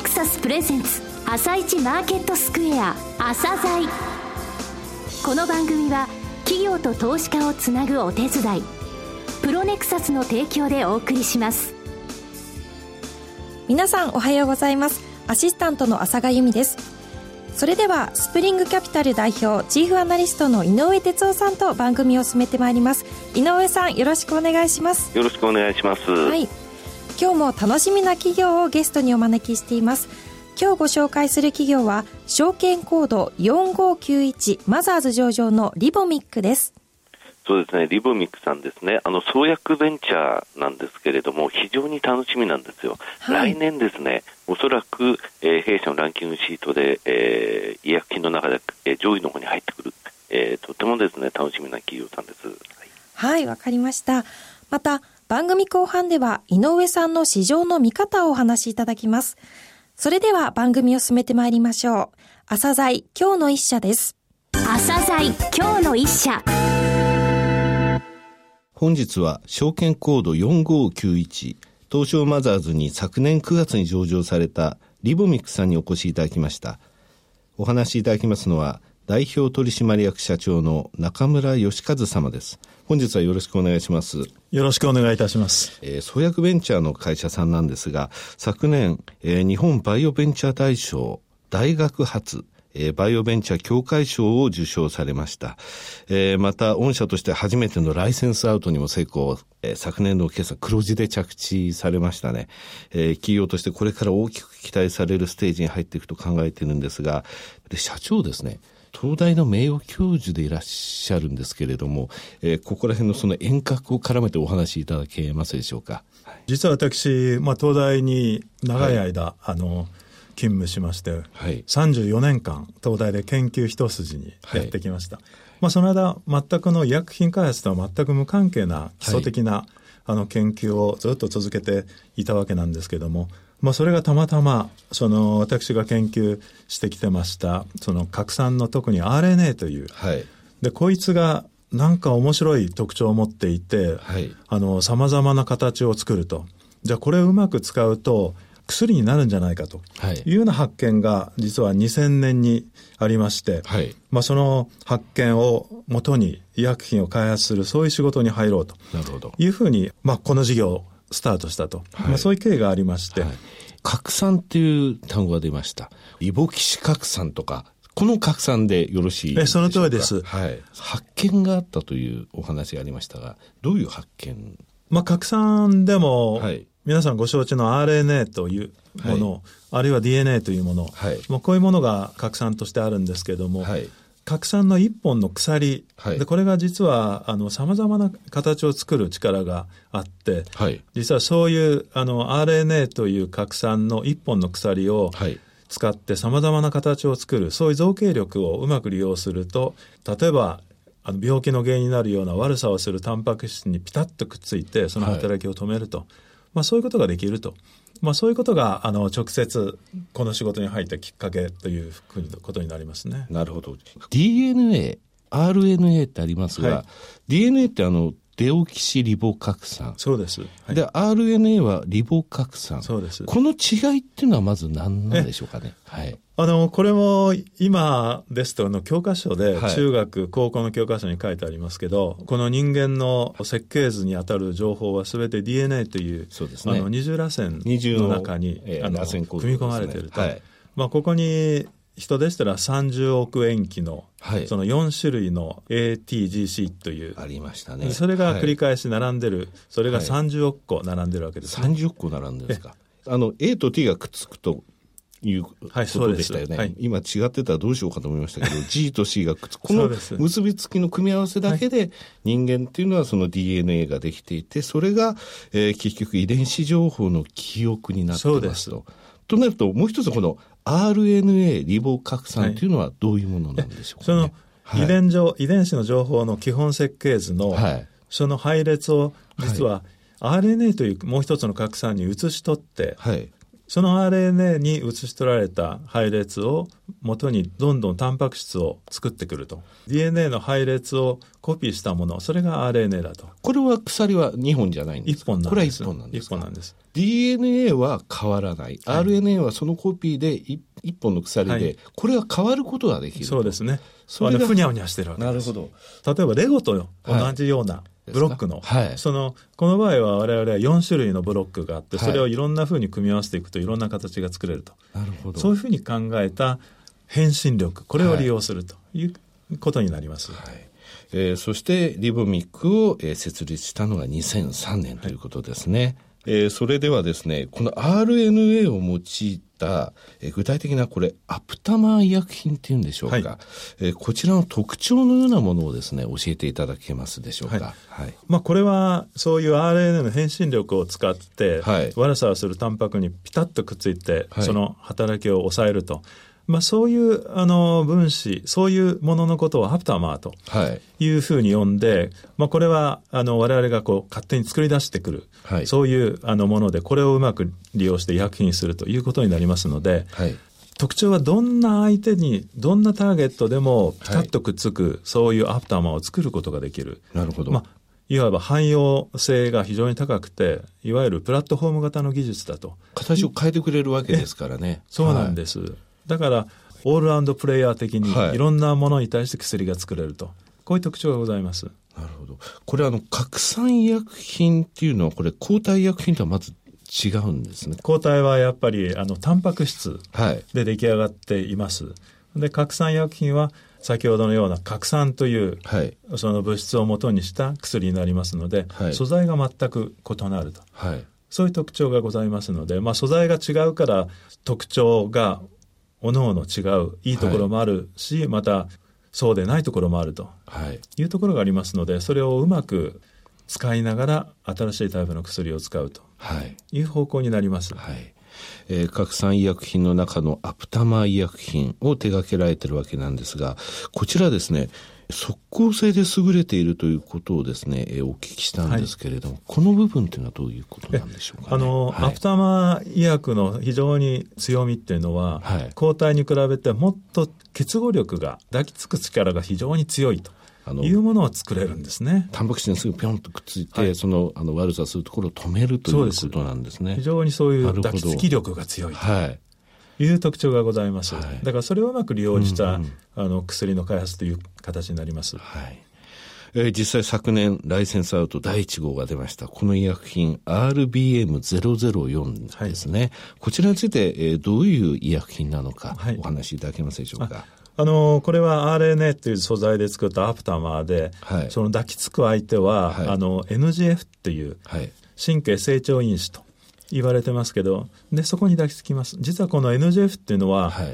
クサスプレゼンツ朝一マーケットスクエア朝鮮。この番組は企業と投資家をつなぐお手伝い、プロネクサスの提供でお送りします。 皆さんおはようございます。アシスタントの浅賀由美です。それではスプリングキャピタル代表チーフアナリストの井上哲夫さんと番組を進めてまいります。井上さん、よろしくお願いします。 よろしくお願いします。 はい、今日も楽しみな企業をゲストにお招きしています。今日ご紹介する企業は証券コード4591マザーズ上場のリボミックです。 そうですね、リボミックさんですね。創薬ベンチャーなんですけれども、非常に楽しみなんですよ。はい、来年ですね、おそらく、弊社のランキングシートで、医薬品の中で、上位の方に入ってくる、とてもですね、楽しみな企業さんです。 はい、わかりました。また番組後半では井上さんの市場の見方をお話しいただきます。それでは番組を進めてまいりましょう。朝鮮今日の一社です。 朝鮮今日の一社。 本日は証券コード4591東証マザーズに昨年9月に上場されたリボミックさんにお越しいただきました。お話しいただきますのは代表取締役社長の中村義和様です。本日はよろしくお願いします。 よろしくお願いいたします。 創薬ベンチャーの会社さんなんですが、昨年、日本バイオベンチャー大賞大学発バイオベンチャー協会賞を受賞されました。また御社として初めてのライセンスアウトにも成功、昨年の決算黒字で着地されましたね。企業としてこれから大きく期待されるステージに入っていくと考えているんですが、社長ですね、東大の名誉教授でいらっしゃるんですけれども、ここら辺のその遠隔を絡めてお話しいただけますでしょうか。 実は私、東大に長い間、勤務しまして、34年間東大で研究一筋にやってきました。その間全くの医薬品開発とは全く無関係な基礎的な、研究をずっと続けていたわけなんですけども、それがたまたま私が研究してきてましたその核酸の特に RNA という、でこいつがなんか面白い特徴を持っていて、様々な形を作ると、じゃあこれをうまく使うと薬になるんじゃないかというような発見が実は2000年にありまして、その発見をもとに医薬品を開発する、そういう仕事に入ろうというふうに、この事業をスタートしたと、そういう経緯がありまして、 核酸っていう単語が出ました。イボキシ核酸とか、この核酸でよろしいでしょうか。 その通りです。 発見があったというお話がありましたが、どういう発見？ 核酸でも、皆さんご承知の RNA というもの、あるいは DNA というもの、こういうものが核酸としてあるんですけれども、核酸の一本の鎖、でこれが実は様々な形を作る力があって、実はそういうRNA という核酸の一本の鎖を使って様々な形を作る、そういう造形力をうまく利用すると、例えば病気の原因になるような悪さをするタンパク質にピタッとくっついてその働きを止めると、そういうことができると、そういうことが直接この仕事に入ったきっかけということになりますね。 なるほど。 DNA、RNA ってありますが、DNA ってデオキシリボ核酸。 そうです。 で RNA はリボ核酸。 そうです。 この違いっていうのはまず何なんでしょうかね。 これも今ですと教科書で中学、高校の教科書に書いてありますけど、この人間の設計図にあたる情報はすべて DNA という、二重らせんの中に組み込まれていると、ここに人でしたら30億塩基のその4種類の ATGC というありましたね。 それが繰り返し並んでる、それが30億個並んでるわけですね。 30億個並んでるんですか。A と T がくっつくということでしたよね。今違ってたらどうしようかと思いましたけどG と C がくっつく、この結びつきの組み合わせだけで人間っていうのはその DNA ができていて、それが、結局遺伝子情報の記憶になってますと。となるともう一つこの RNA リボ核酸というのはどういうものなんでしょうかね。 その遺伝子の情報の基本設計図の、その配列を実は RNA というもう一つの核酸に移し取って、 その RNA に写し取られた配列を元にどんどんタンパク質を作ってくると。DNA の配列をコピーしたもの、それが RNA だと。 これは鎖は2本じゃないんですか？ 1本なんです。 これは1本なんですか？ 1本なんです。 DNA は変わらない。はい、RNA はそのコピーで1本の鎖で、はい、これは変わることができる。 そうですね。それがふにゃふにゃしてるわけです。 なるほど。 例えばレゴと同じような、ブロックの、はい、この場合は我々は4種類のブロックがあって、それをいろんな風に組み合わせていくといろんな形が作れると。 なるほど。 そういう風に考えた変身力、これを利用するということになります。 はい。そしてリボミックを、設立したのが2003年ということですね。はい、それではですね、この RNA を用いた、具体的なこれアプタマー医薬品っていうんでしょうか、はい、こちらの特徴のようなものをですね教えていただけますでしょうか。 はいはい、これはそういう RNA の変身力を使って、はい、悪さをするタンパクにピタッとくっついて、はい、その働きを抑えると。そういう分子、そういうもののことをアプタマーというふうに呼んで、これは我々が勝手に作り出してくる、はい、そういうもので、これをうまく利用して医薬品にするということになりますので、はい、特徴はどんな相手にどんなターゲットでもピタッとくっつく、はい、そういうアプタマーを作ることができる。 なるほど。 いわば汎用性が非常に高くて、いわゆるプラットフォーム型の技術だと。 形を変えてくれるわけですからね。 そうなんです。はい、だからオールラウンドプレイヤー的にいろんなものに対して薬が作れると、こういう特徴がございます。 なるほど。これ核酸医薬品っていうのはこれ抗体医薬品とはまず違うんですね。 抗体はやっぱりタンパク質で出来上がっています。で核酸医薬品は先ほどのような核酸という、はい、その物質を元にした薬になりますので、はい、素材が全く異なると、はい、そういう特徴がございますので、素材が違うから特徴がおのおの違う、いいところもあるし、はい、またそうでないところもあるというところがありますので、それをうまく使いながら新しいタイプの薬を使うという方向になります。 はい、核酸医薬品の中のアプタマー医薬品を手掛けられているわけなんですが、こちらですね、即効性で優れているということをですね、お聞きしたんですけれども、はい、この部分というのはどういうことなんでしょうかね。 はい、アプタマー医薬の非常に強みっていうのは、はい、抗体に比べてもっと結合力が、抱きつく力が非常に強いというものを作れるんですね。 タンパク質にすぐピョンとくっついて、はい、悪さするところを止めるということなんですね。 非常にそういう抱きつき力が強いと。はいいう特徴がございます。はい、だからそれをうまく利用した、薬の開発という形になります。 はい。実際昨年ライセンスアウト第1号が出ました。この医薬品 RBM004 ですね。はい、こちらについて、どういう医薬品なのか、お話しいただけますでしょうか。 これは RNA という素材で作ったアプタマーで、はい、その抱きつく相手は、はい、NGF という神経成長因子と言われてますけど、でそこに抱きつきます。実はこの NGF っていうのは、はい、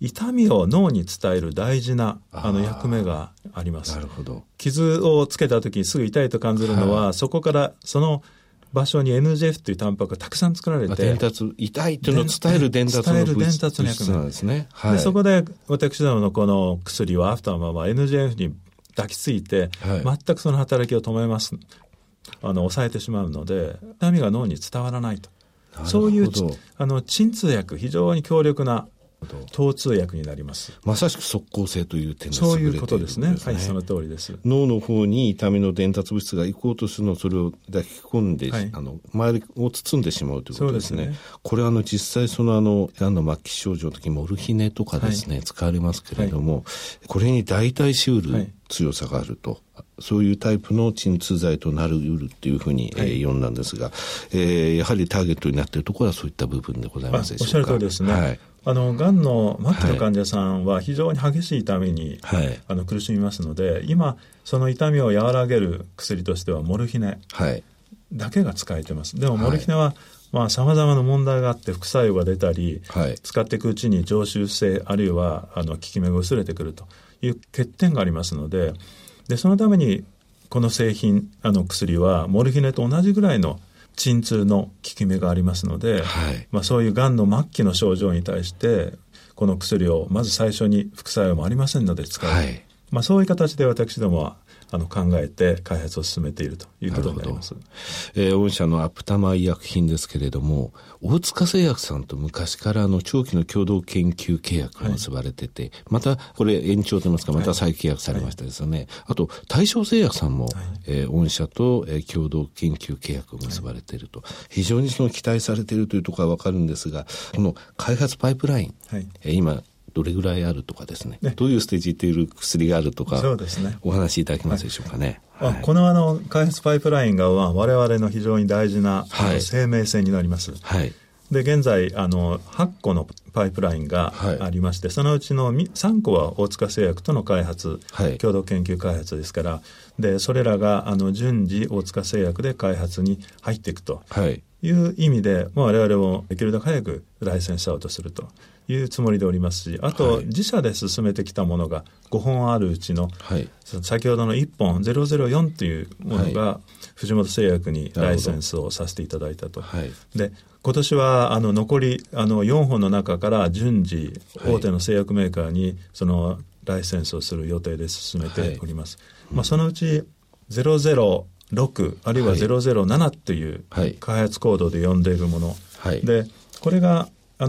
痛みを脳に伝える大事な役目があります。 なるほど。 傷をつけた時にすぐ痛いと感じるのは、はい、そこからその場所に NGF というタンパクがたくさん作られて、 伝達、痛いというのを伝える伝達の物質なんですね。はい、 でそこで私どものこの薬はアフターマは NGF に抱きついて、はい、全くその働きを止めます。抑えてしまうので痛みが脳に伝わらないと。そういう鎮痛薬、非常に強力な疼痛薬になります。 まさしく即効性という点が優れているんですね。そういうことですね。 はい、その通りです。 脳の方に痛みの伝達物質が行こうとするのをそれを抱き込んで、はい、周りを包んでしまうということですね。そうですね。これは実際がんの末期症状の時モルヒネとかですね、はい、使われますけれども、はい、これに代替しうる強さがあると。そういうタイプの鎮痛剤となるうるっていうふうに、読んだんですが、やはりターゲットになっているところはそういった部分でございますでしょうか。 おっしゃる通りですね。はい、がんの末期の患者さんは非常に激しい痛みに、はい、苦しみますので、今その痛みを和らげる薬としてはモルヒネだけが使えてます。でもモルヒネは様々な問題があって副作用が出たり、はい、使っていくうちに常習性あるいは効き目が薄れてくるという欠点がありますので、そのためにこの製品薬はモルヒネと同じぐらいの鎮痛の効き目がありますので、はい、そういうがんの末期の症状に対してこの薬をまず最初に副作用もありませんので使う、はい、そういう形で私どもは考えて開発を進めているということになります。 御社のアプタマ医薬品ですけれども、大塚製薬さんと昔から長期の共同研究契約が結ばれてて、またこれ延長といいますか、また再契約されましたですよね。あと大正製薬さんも、御社と共同研究契約を結ばれていると、非常にその期待されているというところは分かるんですが、この開発パイプライン、今どれぐらいあるとかですね、どういうステージっていう薬があるとか、 そうですね、 お話しいただけますでしょうかね。 この開発パイプラインが我々の非常に大事な生命線になります。で現在8個のパイプラインがありまして、そのうちの3個は大塚製薬との開発、共同研究開発ですから、でそれらが順次大塚製薬で開発に入っていくという意味で、我々もできるだけ早くライセンスアウトするというつもりでおりますし、あと、自社で進めてきたものが5本あるうちの、先ほどの1本004というものが藤本製薬にライセンスをさせていただいたと。で今年は残り4本の中から順次大手の製薬メーカーにそのライセンスをする予定で進めております。そのうち006あるいは007という開発コードで呼んでいるもの、でこれが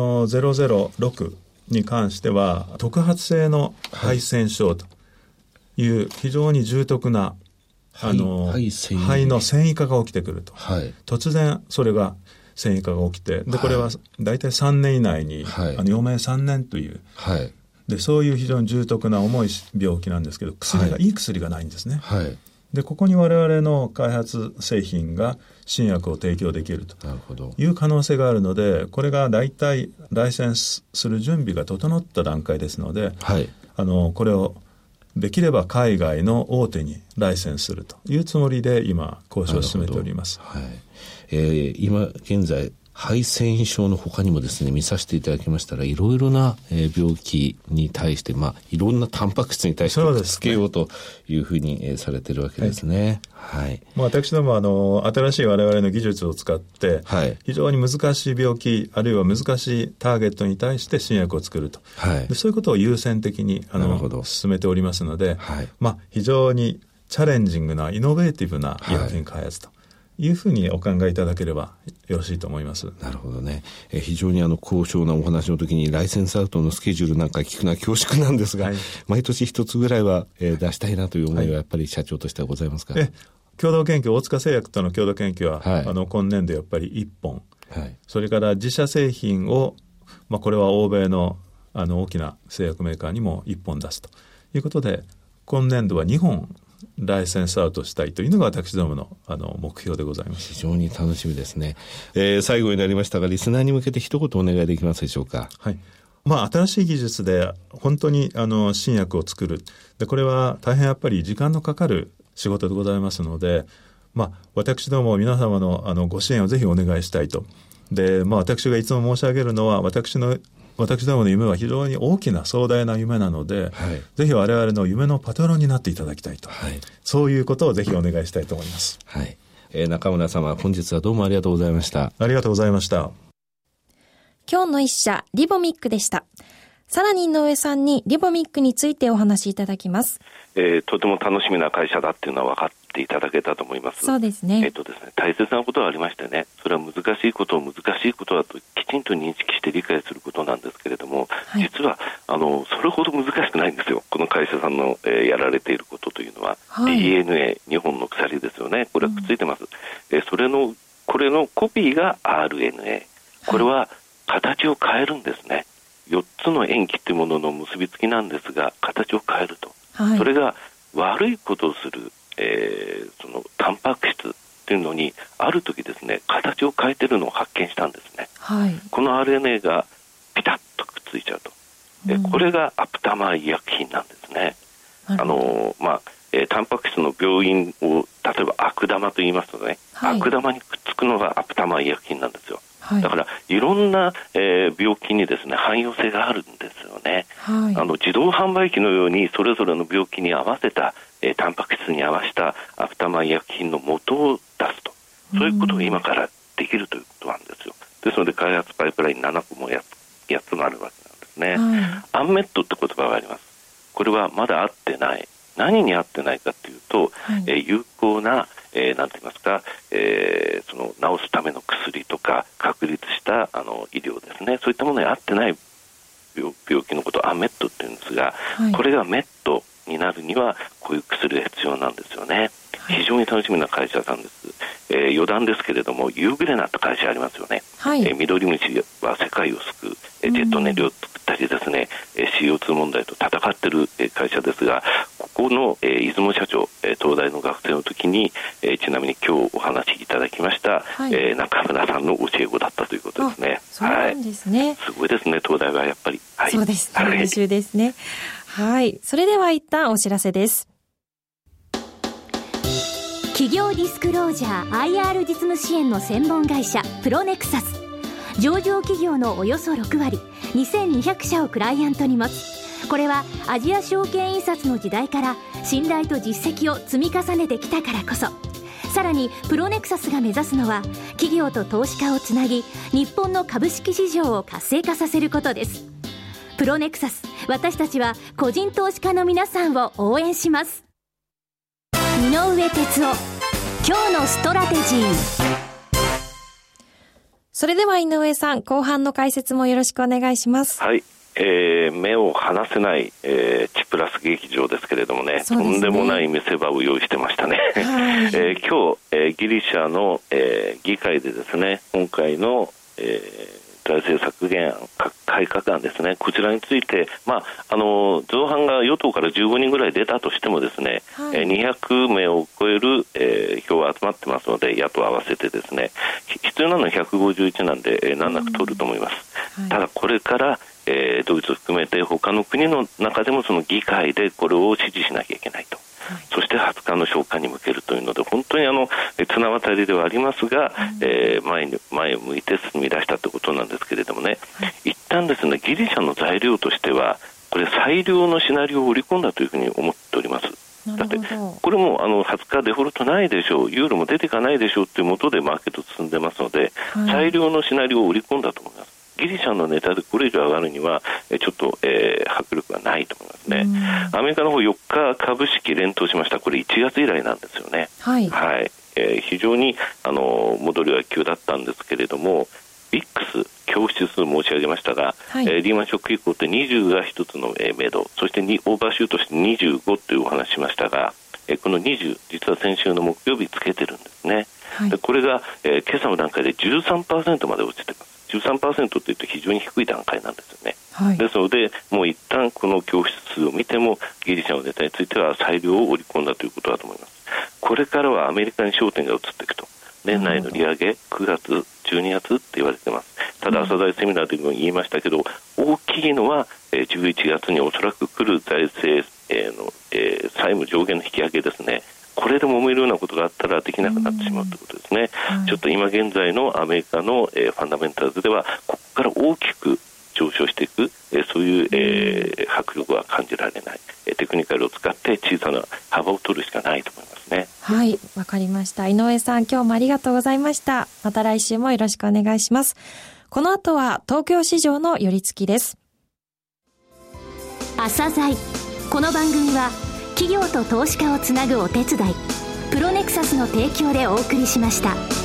006に関しては特発性の肺腺症という非常に重篤な肺の繊維化が起きてくると、突然それが繊維化が起きて、でこれは大体3年以内に、余命3年という、でそういう非常に重篤な重い病気なんですけど、いい薬がないんですね。でここに我々の開発製品が新薬を提供できるという可能性があるので、これが大体ライセンスする準備が整った段階ですので、これをできれば海外の大手にライセンスするというつもりで今交渉を進めております。 今現在肺腺維症の他にもですね、見させていただきましたら、いろいろな病気に対して、いろんなタンパク質に対してくっつけようというふうにされているわけですね。 私ども新しい我々の技術を使って、非常に難しい病気あるいは難しいターゲットに対して新薬を作ると、でそういうことを優先的に進めておりますので、非常にチャレンジングなイノベーティブな医薬品開発というふうにお考えいただければよろしいと思います。 なるほどね。非常に高尚なお話の時にライセンスアウトのスケジュールなんか聞くのは恐縮なんですが、毎年一つぐらいは出したいなという思いはやっぱり社長としてはございますか？ 共同研究、大塚製薬との共同研究は、今年度やっぱり1本、それから自社製品を、これは欧米の大きな製薬メーカーにも1本出すということで、今年度は2本ライセンスアウトしたいというのが私どもの目標でございます。 非常に楽しみですね。最後になりましたが、リスナーに向けて一言お願いできますでしょうか？ 新しい技術で本当に新薬を作る。でこれは大変やっぱり時間のかかる仕事でございますので、私ども皆様のご支援をぜひお願いしたいと。で、私がいつも申し上げるのは、私どもの夢は非常に大きな壮大な夢なので、ぜひ我々の夢のパトロンになっていただきたいと、そういうことをぜひお願いしたいと思います。 中村様、本日はどうもありがとうございました。 ありがとうございました。 今日の一社、リボミックでした。さらに井上さんにリボミックについてお話しいただきます。 とても楽しみな会社だっていうのは分かっていただけたと思います。 そうですね。 大切なことがありましてね、それは難しいことを難しいことだときちんと認識して理解することなんですけれども、実はそれほど難しくないんですよ。この会社さんの、やられていることというのは、DNA、2本の鎖ですよね。これはくっついてます。これのコピーが RNA。これは形を変えるんですね。4つの塩基というものの結びつきなんですが、形を変えると、それが悪いことをする、そのタンパク質というのにある時ですね、形を変えているのを発見したんですね。この RNA がピタッとくっついちゃうと、これがアプタマー医薬品なんですね。タンパク質の病因を例えば悪玉と言いますとね、悪玉にくっつくのがアプタマー医薬品なんですよ。だからいろんな、病気にですね汎用性があるんですよね。自動販売機のようにそれぞれの病気に合わせた、タンパク質に合わせたアプタマー医薬品の元を出すと、そういうことが今からできるということなんですよ。ですので開発パイプライン7個も8つもあるわけなんですね。アンメットって言葉があります。これはまだ合ってない。何に合ってないかというと、有効な、なんて言いますか、その治すための薬とか確立した医療ですね、そういったものに合ってない病気のことをアメットって言うんですが、これがメットになるにはこういう薬が必要なんですよね。非常に楽しみな会社さんです。余談ですけれども、ユーグレナって会社ありますよね。緑虫は世界を救う、ジェット燃料を作ったりですね、CO2 問題と戦っている会社ですが、ここの出雲社長、東大の学生の時に、ちなみに今日お話しいただきました、中村さんの教え子だったということですね。 そうなんですね。 すごいですね、東大はやっぱり。 そうです。優秀ですね。それでは一旦お知らせです。 企業ディスクロージャー IR 実務支援の専門会社プロネクサス。上場企業のおよそ6割、2200社をクライアントに持つ。これはアジア証券印刷の時代から信頼と実績を積み重ねてきたからこそ。さらにプロネクサスが目指すのは、企業と投資家をつなぎ、日本の株式市場を活性化させることです。プロネクサス、私たちは個人投資家の皆さんを応援します。井上哲夫、今日のストラテジー。 それでは井上さん、後半の解説もよろしくお願いします。 目を離せない、チプラス劇場ですけれども ね、とんでもない見せ場を用意してましたね。今日、ギリシャの、議会でですね、今回の、財政削減案、改革案ですね、こちらについて、造反が与党から15人ぐらい出たとしてもですね、200名を超える、票が集まってますので、野党合わせてですね、必要なのは151なんで、難なく取ると思います。ただこれからドイツを含めて他の国の中でもその議会でこれを支持しなきゃいけないと、そして20日の召喚に向けるというので、本当に綱渡りではありますが、前を向いて進み出したということなんですけれどもね、一旦ですね、ギリシャの材料としてはこれ最良のシナリオを織り込んだというふうに思っております。だってこれも20日デフォルトないでしょう、ユーロも出ていかないでしょうというもとでマーケット進んでますので、最良のシナリオを織り込んだと思います。ギリシャのネタでこれ以上上がるにはちょっと、迫力がないと思いますね。アメリカの方4日株式連投しました。これ1月以来なんですよね。非常に戻りは急だったんですけれども、ビックス恐怖指数申し上げましたが、リーマンショック以降って20が一つの目処、そしてオーバーシュートして25というお話しましたが、この20実は先週の木曜日つけてるんですね。でこれが、今朝の段階で 13% まで落ちてます。13% というと非常に低い段階なんですよね。ですのでもう一旦この恐怖指数を見てもギリシャのネタについては最良を織り込んだということだと思います。これからはアメリカに焦点が移っていくと、年内の利上げ9月12月って言われています。ただ朝財セミナーでも言いましたけど、大きいのは11月におそらく来る財政の債務上限の引き上げですね。これで揉めるようなことがあったらできなくなってしまうということですね。ちょっと今現在のアメリカのファンダメンタルズではここから大きく上昇していく、そういう迫力は感じられない。テクニカルを使って小さな幅を取るしかないと思いますね。 わかりました。井上さん、今日もありがとうございました。また来週もよろしくお願いします。この後は東京市場の寄り付きです。 朝鮮。この番組は企業と投資家をつなぐお手伝い、プロネクサスの提供でお送りしました。